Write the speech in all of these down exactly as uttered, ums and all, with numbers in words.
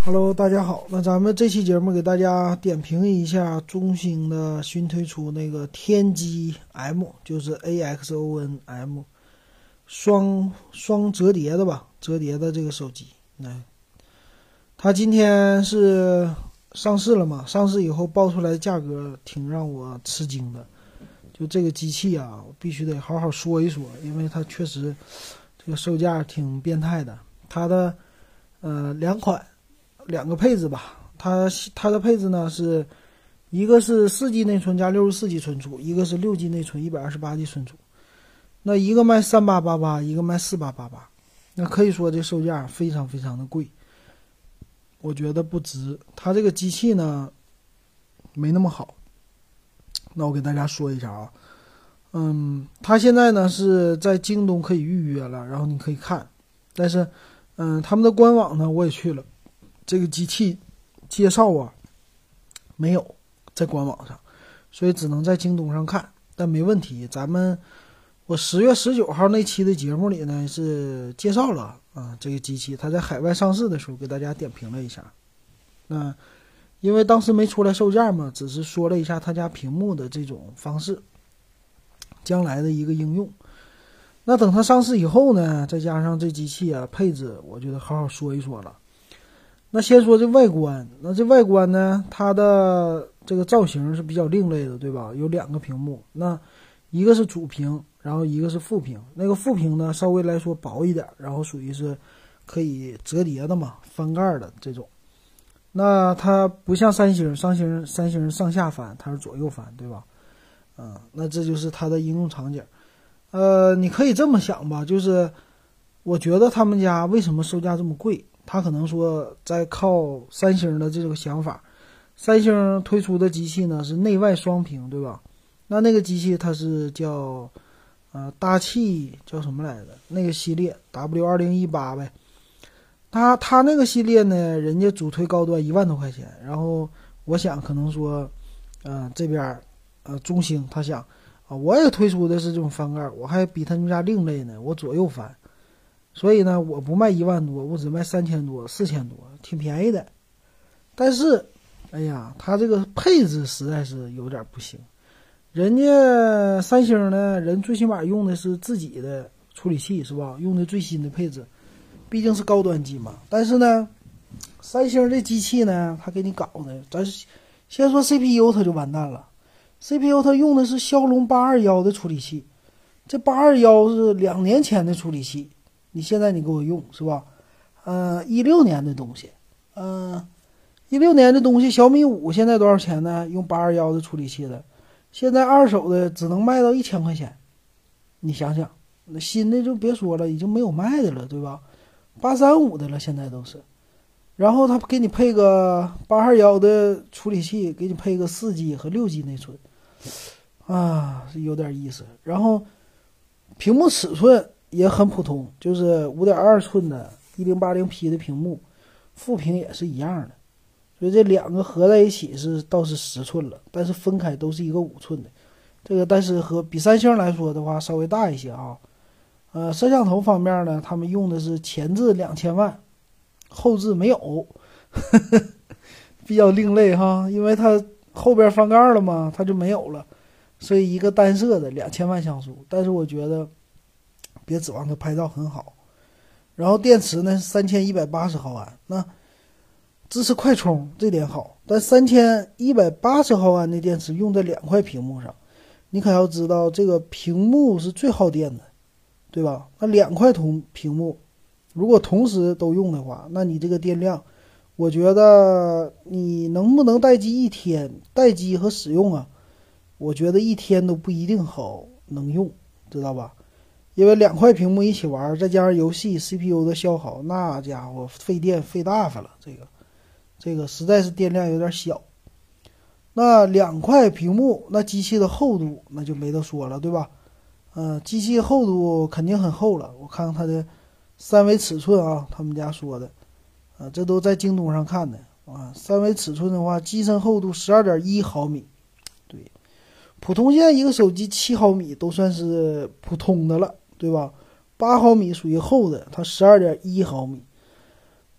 Hello，大家好。那咱们这期节目给大家点评一下中兴的新推出那个天机 M， 就是 A X O N M 双双折叠的吧，折叠的这个手机。那它今天是上市了嘛？上市以后报出来的价格挺让我吃惊的。就这个机器啊，我必须得好好说一说，因为它确实这个售价挺变态的。它的呃两款。两个配置吧，它它的配置呢是一个是四 G 内存加六十四 G 存储，一个是六 G 内存一百二十八 G 存储。那一个卖三八八八，一个卖四八八八，那可以说这售价非常非常的贵，我觉得不值。它这个机器呢没那么好。那我给大家说一下啊，嗯，它现在呢是在京东可以预约了，然后你可以看，但是嗯，他们的官网呢我也去了。这个机器介绍啊没有在官网上，所以只能在京东上看，但没问题。咱们我十月十九号那期的节目里呢是介绍了啊这个机器，它在海外上市的时候给大家点评了一下。那因为当时没出来售价嘛，只是说了一下他家屏幕的这种方式，将来的一个应用。那等它上市以后呢，再加上这机器啊配置，我觉得好好说一说了。那先说这外观，那这外观呢，它的这个造型是比较另类的，对吧？有两个屏幕，那一个是主屏，然后一个是副屏。那个副屏呢，稍微来说薄一点，然后属于是可以折叠的嘛，翻盖的这种。那它不像三星，三星三星上下翻，它是左右翻，对吧？嗯，那这就是它的应用场景。呃，你可以这么想吧，就是我觉得他们家为什么售价这么贵？他可能说在靠三星的这种想法，三星推出的机器呢是内外双屏，对吧？那那个机器它是叫呃大气叫什么来着？那个系列 W 二零一八呗。他他那个系列呢，人家主推高端一万多块钱，然后我想可能说，呃这边呃中兴他想啊，我也推出的是这种翻盖，我还比他们家另类呢，我左右翻。所以呢，我不卖一万多，我只卖三千多、四千多，挺便宜的。但是，哎呀，它这个配置实在是有点不行。人家三星呢，人最起码用的是自己的处理器，是吧？用的最新的配置，毕竟是高端机嘛。但是呢，三星这机器呢，它给你搞的，咱先说 C P U， 它就完蛋了。C P U 它用的是骁龙八二一的处理器，这八二一是两年前的处理器。你现在你给我用是吧？呃，一六年的东西，嗯、呃，一六年的东西，小米五现在多少钱呢？用八二一的处理器的，现在二手的只能卖到一千块钱。你想想，那新的就别说了，已经没有卖的了，对吧？八三五的了，现在都是。然后他给你配个八二一的处理器，给你配个四 G 和六 G 内存，啊，有点意思。然后屏幕尺寸也很普通，就是 五点二寸的 一零八零 P 的屏幕，副屏也是一样的，所以这两个合在一起是倒是十寸了，但是分开都是一个五寸的。这个但是和比三星来说的话稍微大一些啊。呃，摄像头方面呢，他们用的是前置两千万，后置没有，呵呵，比较另类哈，因为它后边翻盖了嘛，它就没有了，所以一个单摄的两千万像素，但是我觉得别指望它拍照很好。然后电池呢是三千一百八十毫安，那支持快充，这点好。但三千一百八十毫安的电池用在两块屏幕上，你可要知道这个屏幕是最耗电的，对吧？那两块同屏幕如果同时都用的话，那你这个电量，我觉得你能不能待机一天，待机和使用啊，我觉得一天都不一定好能用，知道吧？因为两块屏幕一起玩，再加上游戏 C P U 的消耗，那家伙费电费大发了，这个这个实在是电量有点小。那两块屏幕，那机器的厚度那就没得说了，对吧？呃，机器厚度肯定很厚了，我看看它的三维尺寸啊，他们家说的，啊，这都在京东上看的啊。三维尺寸的话，机身厚度 十二点一毫米，对，普通现在一个手机七毫米都算是普通的了，对吧？八毫米属于厚的，它 十二点一毫米。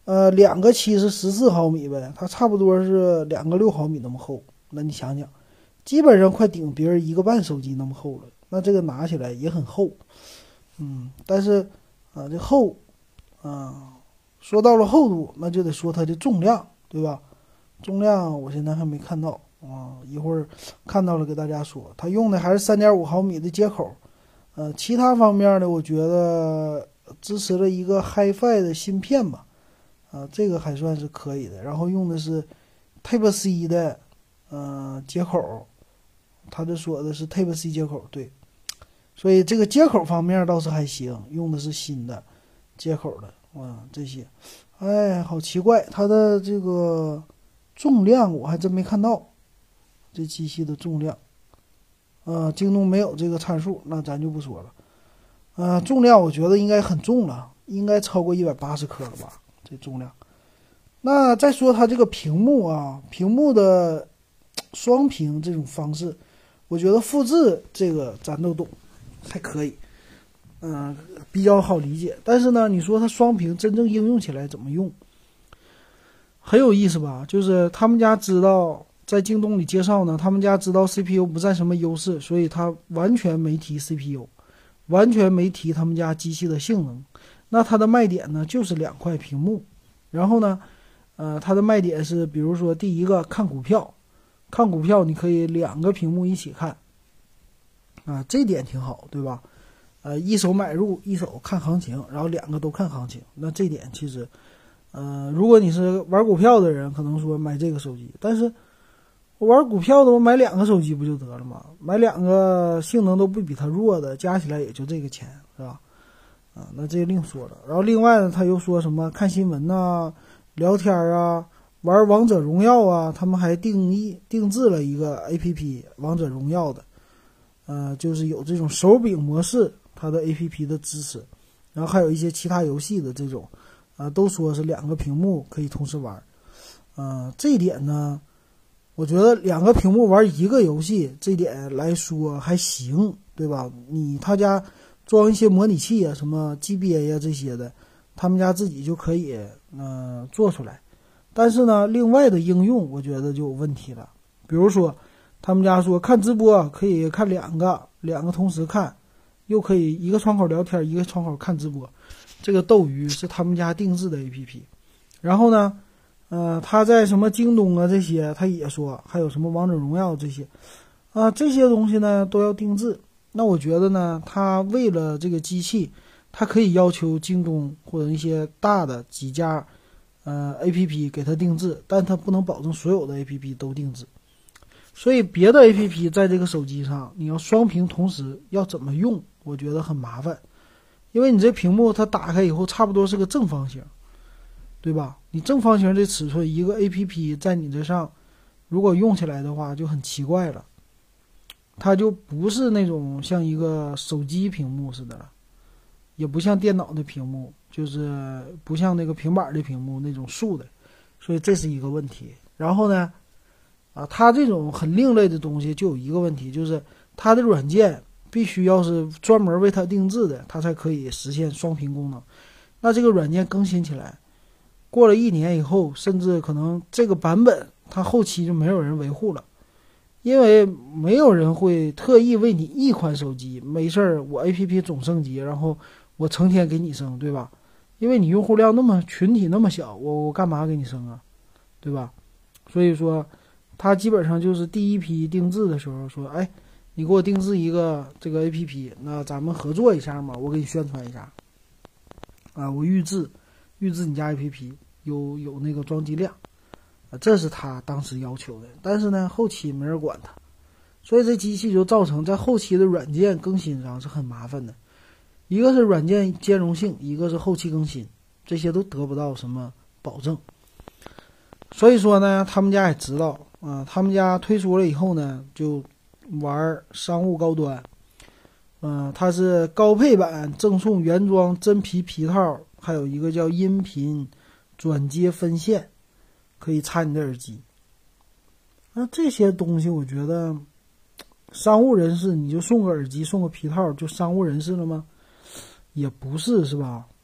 呃，两个七是十四毫米呗，它差不多是两个六毫米那么厚。那你想想，基本上快顶别人一个半手机那么厚了。那这个拿起来也很厚，嗯，但是啊，这厚啊，说到了厚度，那就得说它的重量，对吧？重量我现在还没看到啊，一会儿看到了给大家说。它用的还是三点五毫米的接口，呃，其他方面呢，我觉得支持了一个 HiFi 的芯片吧。啊，这个还算是可以的。然后用的是 Type C 的，呃，接口，它这说的是 Type C 接口，对。所以这个接口方面倒是还行，用的是新的接口的，哇，这些，哎，好奇怪，它的这个重量我还真没看到，这机器的重量，呃，京东没有这个参数，那咱就不说了。呃，重量我觉得应该很重了，应该超过一百八十克了吧？这重量。那再说它这个屏幕啊，屏幕的双屏这种方式，我觉得复制这个咱都懂，还可以，嗯、呃，比较好理解。但是呢，你说它双屏真正应用起来怎么用，很有意思吧？就是他们家知道在京东里介绍呢，他们家知道 C P U 不占什么优势，所以他完全没提 C P U， 完全没提他们家机器的性能。那它的卖点呢，就是两块屏幕。然后呢，呃，它的卖点是，比如说第一个看股票，看股票你可以两个屏幕一起看，啊，这点挺好，对吧？呃，一手买入，一手看行情，然后两个都看行情，那这点其实，呃，如果你是玩股票的人，可能说买这个手机，但是我玩股票的，我买两个手机不就得了吗？买两个性能都不比它弱的，加起来也就这个钱，是吧？啊，那这另说了。然后另外呢，他又说什么看新闻呐、啊、聊天啊、玩王者荣耀啊，他们还定义定制了一个 A P P 王者荣耀的，呃，就是有这种手柄模式，它的 A P P 的支持，然后还有一些其他游戏的这种，啊、呃，都说是两个屏幕可以同时玩，呃，这一点呢，我觉得两个屏幕玩一个游戏，这点来说还行，对吧？你他家装一些模拟器啊，什么 G B A 呀、啊、这些的，他们家自己就可以呃做出来。但是呢，另外的应用我觉得就有问题了。比如说，他们家说看直播可以看两个，两个同时看，又可以一个窗口聊天，一个窗口看直播。这个斗鱼是他们家定制的 A P P。然后呢，呃，他在什么京东啊这些，他也说，还有什么王者荣耀这些，啊，这些东西呢都要定制。那我觉得呢，他为了这个机器，他可以要求京东或者一些大的几家，呃 A P P 给他定制，但他不能保证所有的 A P P 都定制。所以别的 A P P 在这个手机上，你要双屏同时要怎么用，我觉得很麻烦，因为你这屏幕它打开以后差不多是个正方形，对吧？你正方形这尺寸，一个 A P P 在你这上，如果用起来的话就很奇怪了。它就不是那种像一个手机屏幕似的了，也不像电脑的屏幕，就是不像那个平板的屏幕那种竖的，所以这是一个问题。然后呢，啊，它这种很另类的东西就有一个问题，就是它的软件必须要是专门为它定制的，它才可以实现双屏功能。那这个软件更新起来，过了一年以后，甚至可能这个版本它后期就没有人维护了。因为没有人会特意为你一款手机没事儿我 A P P 总升级，然后我成天给你升，对吧？因为你用户量那么群体那么小，我我干嘛给你升啊，对吧？所以说他基本上就是第一批定制的时候说，哎，你给我定制一个这个 A P P， 那咱们合作一下嘛，我给你宣传一下啊，我预制预制你家 A P P 有有那个装机量。这是他当时要求的，但是呢，后期没人管他，所以这机器就造成在后期的软件更新上是很麻烦的。一个是软件兼容性，一个是后期更新，这些都得不到什么保证。所以说呢，他们家也知道啊、呃，他们家推出了以后呢，就玩商务高端，嗯、呃，它是高配版赠送原装真皮皮套，还有一个叫音频转接分线。可以插你的耳机，那这些东西我觉得商务人士你就送个耳机送个皮套就商务人士了吗？也不是，是吧？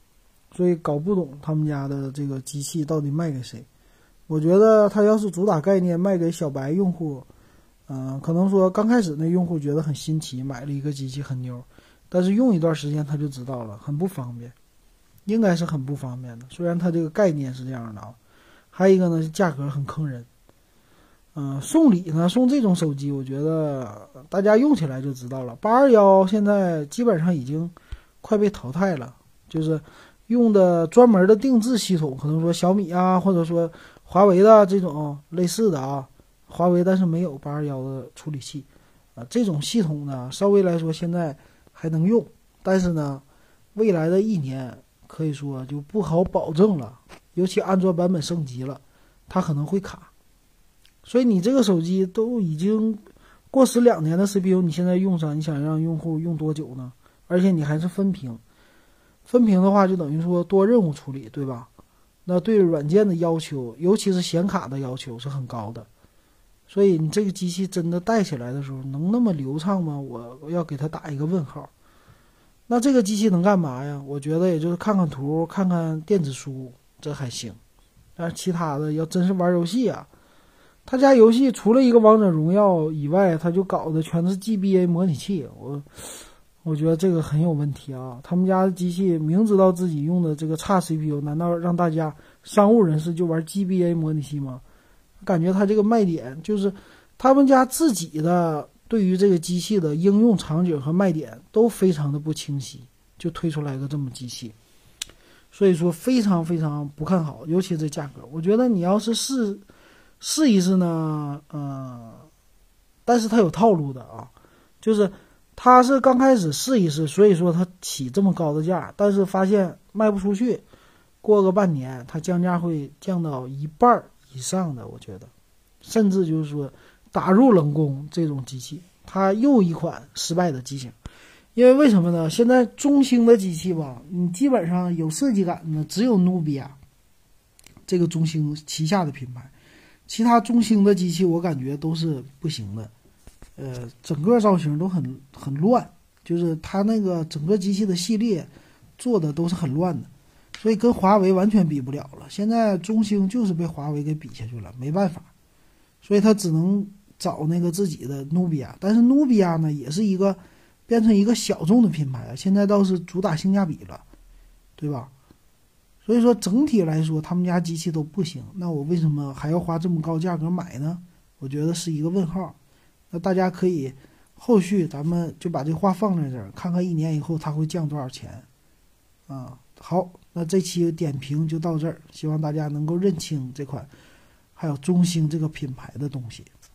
所以搞不懂他们家的这个机器到底卖给谁。我觉得他要是主打概念卖给小白用户，嗯、呃，可能说刚开始那用户觉得很新奇，买了一个机器很牛，但是用一段时间他就知道了很不方便，应该是很不方便的。虽然它这个概念是这样的啊，还有一个呢是价格很坑人。嗯、呃，送礼呢送这种手机，我觉得大家用起来就知道了。八二幺现在基本上已经快被淘汰了，就是用的专门的定制系统，可能说小米啊，或者说华为的这种类似的啊，华为但是没有八二幺的处理器啊，这种系统呢稍微来说现在还能用，但是呢未来的一年可以说就不好保证了，尤其安卓版本升级了，它可能会卡。所以你这个手机都已经过时两年的 C P U， 你现在用上，你想让用户用多久呢？而且你还是分屏，分屏的话就等于说多任务处理，对吧？那对软件的要求，尤其是显卡的要求是很高的。所以你这个机器真的带起来的时候能那么流畅吗？我我要给它打一个问号。那这个机器能干嘛呀？我觉得也就是看看图，看看电子书，这还行。但是其他的要真是玩游戏啊，他家游戏除了一个王者荣耀以外，他就搞的全是 G B A 模拟器，我我觉得这个很有问题啊。他们家的机器明知道自己用的这个差 C P U， 难道让大家商务人士就玩 G B A 模拟器吗？感觉他这个卖点就是他们家自己的对于这个机器的应用场景和卖点都非常的不清晰，就推出来个这么机器，所以说非常非常不看好，尤其这价格。我觉得你要是试试一试呢，嗯，但是它有套路的啊，就是它是刚开始试一试，所以说它起这么高的价，但是发现卖不出去，过个半年它降价会降到一半以上的，我觉得，甚至就是说打入冷宫这种机器，它又一款失败的机型。因为为什么呢？现在中兴的机器吧，你基本上有设计感的只有努比亚这个中兴旗下的品牌，其他中兴的机器我感觉都是不行的。呃，整个造型都很很乱，就是它那个整个机器的系列做的都是很乱的，所以跟华为完全比不了了。现在中兴就是被华为给比下去了，没办法，所以他只能找那个自己的努比亚。但是努比亚呢，也是一个变成一个小众的品牌，现在倒是主打性价比了，对吧？所以说整体来说，他们家机器都不行，那我为什么还要花这么高价格买呢？我觉得是一个问号。那大家可以后续咱们就把这话放在这儿，看看一年以后它会降多少钱啊？好，那这期点评就到这儿，希望大家能够认清这款还有中兴这个品牌的东西。